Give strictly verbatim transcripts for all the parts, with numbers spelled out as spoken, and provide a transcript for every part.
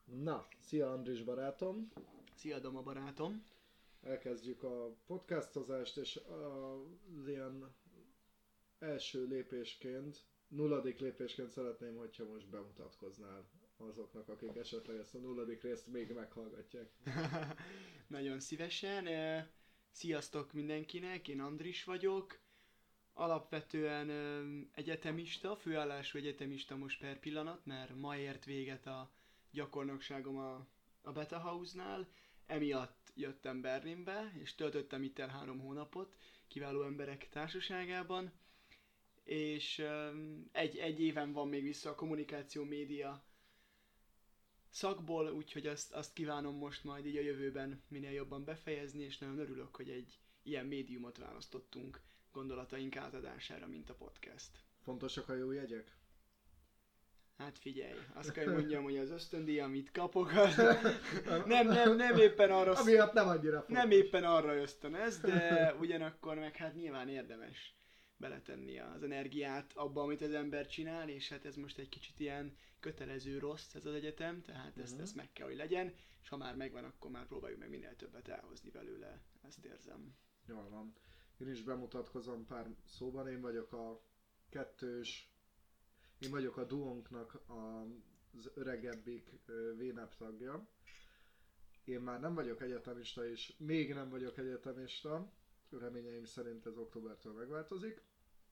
Na, szia Andris barátom! Szia Doma barátom! Elkezdjük a podcastozást, és az ilyen első lépésként, nulladik lépésként szeretném, hogyha most bemutatkoznál azoknak, akik esetleg ezt a nulladik részt még meghallgatják. Nagyon szívesen. Sziasztok mindenkinek, én Andris vagyok. Alapvetően egyetemista, főállású egyetemista most per pillanat, mert ma ért véget a gyakornokságom a, a Beta House-nál. Emiatt jöttem Berlinbe, és töltöttem itt el három hónapot kiváló emberek társaságában. És egy, egy éven van még vissza a kommunikáció média szakból, úgyhogy azt, azt kívánom most majd így a jövőben minél jobban befejezni, és nagyon örülök, hogy egy ilyen médiumot választottunk gondolataink átadására, mint a podcast. Fontosak a jó jegyek? Hát figyelj, azt kell mondjam, hogy az ösztöndíj, amit kapok, az nem, nem, nem éppen arra, Amiatt nem annyira fontos. Nem éppen arra ösztönöz, de ugyanakkor meg hát nyilván érdemes beletenni az energiát abba, amit az ember csinál, és hát ez most egy kicsit ilyen kötelező rossz ez az egyetem, tehát ezt, uh-huh. ezt meg kell, hogy legyen, és ha már megvan, akkor már próbáljuk meg minél többet elhozni belőle, ezt érzem. Jól van. Én is bemutatkozom pár szóban, én vagyok a kettős, én vagyok a duónknak az öregebbik vénebb tagja. Én már nem vagyok egyetemista, és még nem vagyok egyetemista, reményeim szerint ez októbertől megváltozik.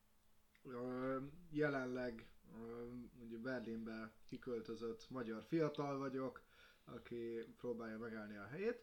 Jelenleg ugye Berlinbe kiköltözött magyar fiatal vagyok, aki próbálja megállni a helyét.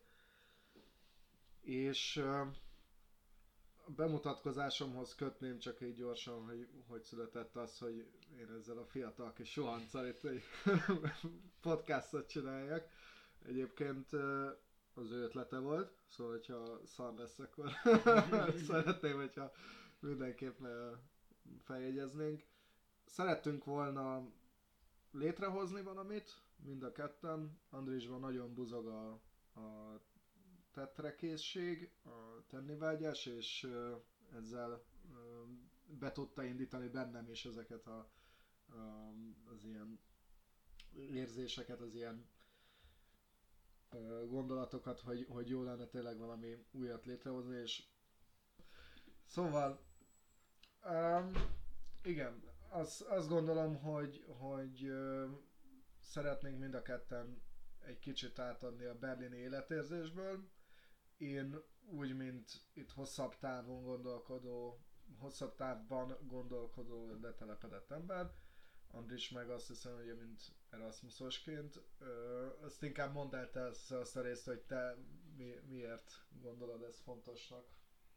És a bemutatkozásomhoz kötném csak így gyorsan, hogy hogy született az, hogy én ezzel a fiatal kis sohancal itt egy podcastot csináljak. Egyébként az ő ötlete volt, szóval hogyha szar lesz, akkor szeretném, hogyha mindenképp feljegyeznénk. Szerettünk volna létrehozni valamit, mind a ketten. Andrisban nagyon buzog a, a tetrekészség, a tennivágyás, és ezzel be tudta indítani bennem is ezeket a, a, az ilyen érzéseket, az ilyen gondolatokat, hogy, hogy jó lenne tényleg valami újat létrehozni, és szóval um, igen, azt, azt gondolom, hogy, hogy uh, szeretnénk mind a ketten egy kicsit átadni a berlini életérzésből. Én úgy, mint itt hosszabb távon gondolkodó, hosszabb távban gondolkodó letelepedett ember, Andris meg azt hiszem, hogy mint Erasmusosként. Ö, azt inkább mondd el te azt a részt, hogy te mi, miért gondolod ezt fontosnak.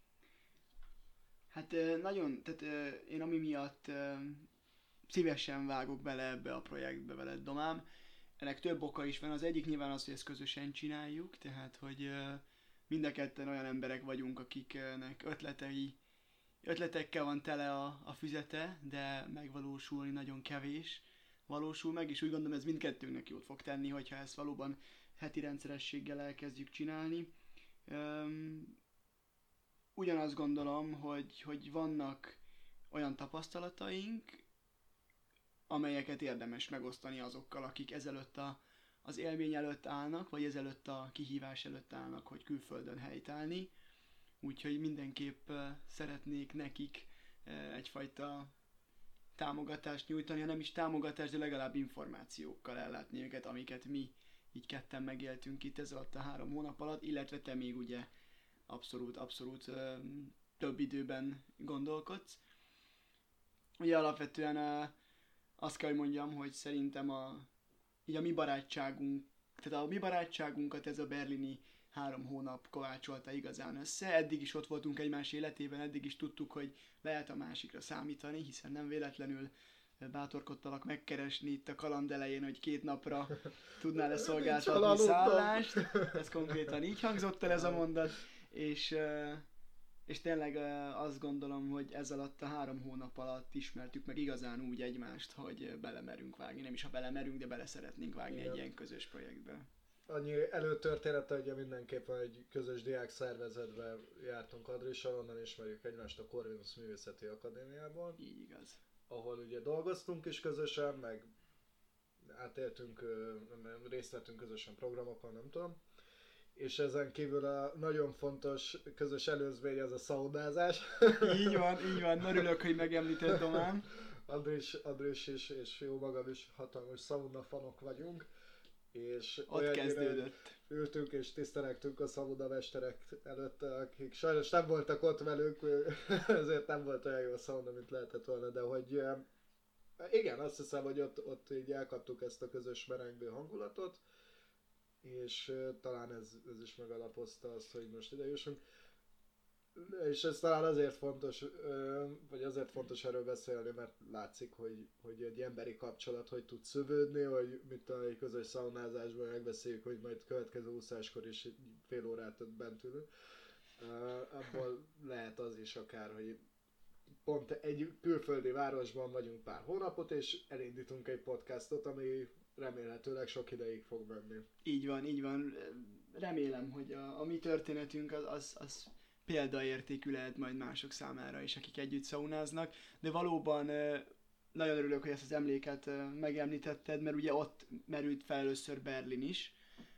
Hát nagyon, tehát én ami miatt szívesen vágok bele ebbe a projektbe veled, Domám. Ennek több oka is van. Az egyik nyilván az, hogy ezt közösen csináljuk, tehát hogy mind a ketten olyan emberek vagyunk, akiknek ötletei, ötletekkel van tele a, a füzete, de megvalósulni nagyon kevés valósul meg, és úgy gondolom ez mindkettőnknek jót fog tenni, hogyha ezt valóban heti rendszerességgel elkezdjük csinálni. Üm, ugyanazt gondolom, hogy, hogy vannak olyan tapasztalataink, amelyeket érdemes megosztani azokkal, akik ezelőtt a, az élmény előtt állnak, vagy ezelőtt a kihívás előtt állnak, hogy külföldön helytállni. Úgyhogy mindenképp uh, szeretnék nekik uh, egyfajta támogatást nyújtani, ha nem is támogatást, de legalább információkkal ellátni őket, amiket mi így ketten megéltünk itt ez alatt a három hónap alatt, illetve te még ugye abszolút, abszolút uh, több időben gondolkodsz. Ugye alapvetően uh, azt kell, hogy mondjam, hogy szerintem a, így a mi barátságunk, tehát a mi barátságunkat ez a berlini három hónap kovácsolta igazán össze. Eddig is ott voltunk egymás életében, eddig is tudtuk, hogy lehet a másikra számítani, hiszen nem véletlenül bátorkodtalak megkeresni itt a kaland elején, hogy két napra tudnál-e szolgáltatni szállást. Ez konkrétan így hangzott el ez a mondat, és, és tényleg azt gondolom, hogy ez alatt a három hónap alatt ismertük meg igazán úgy egymást, hogy belemerünk vágni. Nem is ha belemerünk, de bele szeretnénk vágni egy ilyen közös projektbe. Annyi előtörténete, hogy mindenképpen egy közös diák szervezetben jártunk Andrissal, onnan ismerjük egymást a Corvinus Művészeti Akadémiából. Így igaz. Ahol ugye dolgoztunk is közösen, meg átéltünk, részt vettünk közösen programokon, nem tudom. És ezen kívül a nagyon fontos közös előzmény az a szaunázás. Így van, így van, örülök, hogy megemlített Domán. Andris, Andris is, és jó magam is hatalmas szauna fanok vagyunk. És ott kezdődött. Ültünk és tisztelegtünk a szauna mesterek előtt, akik sajnos nem voltak ott velünk, ezért nem volt olyan jó a szauna, mint lehetett volna, de hogy igen, azt hiszem, hogy ott, ott így elkaptuk ezt a közös merengő hangulatot, és talán ez, ez is megalapozta azt, hogy most ide jussunk. És ez talán azért fontos, vagy azért fontos erről beszélni, mert látszik, hogy, hogy egy emberi kapcsolat hogy tud szövődni, hogy mit a egy közös szaunázásban megbeszéljük, hogy majd következő úszáskor is fél órát ott bent ülünk. Abból lehet az is akár, hogy pont egy külföldi városban vagyunk pár hónapot, és elindítunk egy podcastot, ami remélhetőleg sok ideig fog menni. Így van, így van. Remélem, hogy a, a mi történetünk az, az, az példaértékű lehet majd mások számára is, akik együtt szaunáznak, de valóban nagyon örülök, hogy ezt az emléket megemlítetted, mert ugye ott merült fel először Berlin is,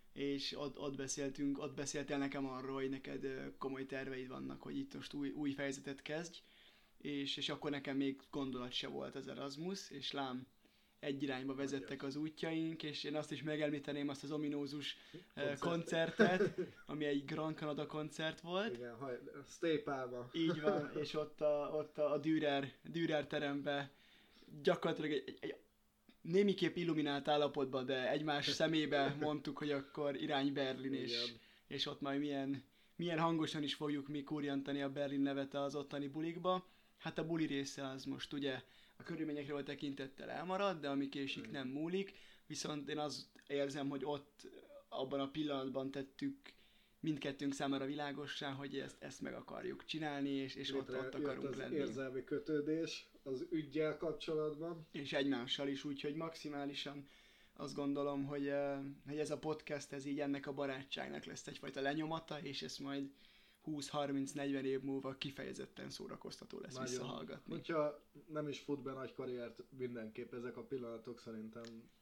és ott, ott beszéltünk, ott beszéltél nekem arról, hogy neked komoly terveid vannak, hogy itt most új, új fejezetet kezdj, és, és akkor nekem még gondolat se volt az Erasmus, és lám egy irányba vezettek az útjaink, és én azt is megemlíteném azt az ominózus Koncert. koncertet, ami egy Grand Canada koncert volt. Igen, Stay Palma. Így van, és ott a, ott a Dürer, Dürer teremben gyakorlatilag egy, egy, egy némiképp illuminált állapotban, de egymás szemébe mondtuk, hogy akkor irány Berlin, és, és ott majd milyen, milyen hangosan is fogjuk mi kurjantani a Berlin nevet az ottani bulikba. Hát a buli része az most ugye a körülményekre volt tekintettel elmarad, de ami késik mm. nem múlik, viszont én azt érzem, hogy ott abban a pillanatban tettük mindkettőnk számára világossá, hogy ezt, ezt meg akarjuk csinálni, és, és ott, ott akarunk az lenni. Érzelmi kötődés az üggyel kapcsolatban. És egymással is, úgyhogy maximálisan azt gondolom, hogy, hogy ez a podcast, ez így ennek a barátságnak lesz egyfajta lenyomata, és ezt majd húsz-harminc-negyven év múlva kifejezetten szórakoztató lesz nagyon visszahallgatni. Hogyha nem is fut be nagy karriert, mindenképp ezek a pillanatok szerintem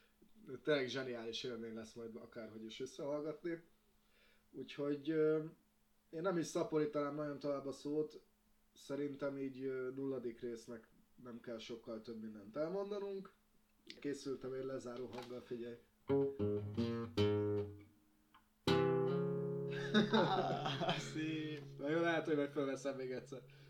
tényleg zseniális élmény lesz majd akárhogy is összehallgatni. Úgyhogy én nem is szaporítanám nagyon tovább a szót, szerintem így nulladik résznek nem kell sokkal több mindent elmondanunk. Készültem én lezáró hanggal, figyelj! Ah, szép! Na jó, lehet, hogy meg felveszem még egyszer.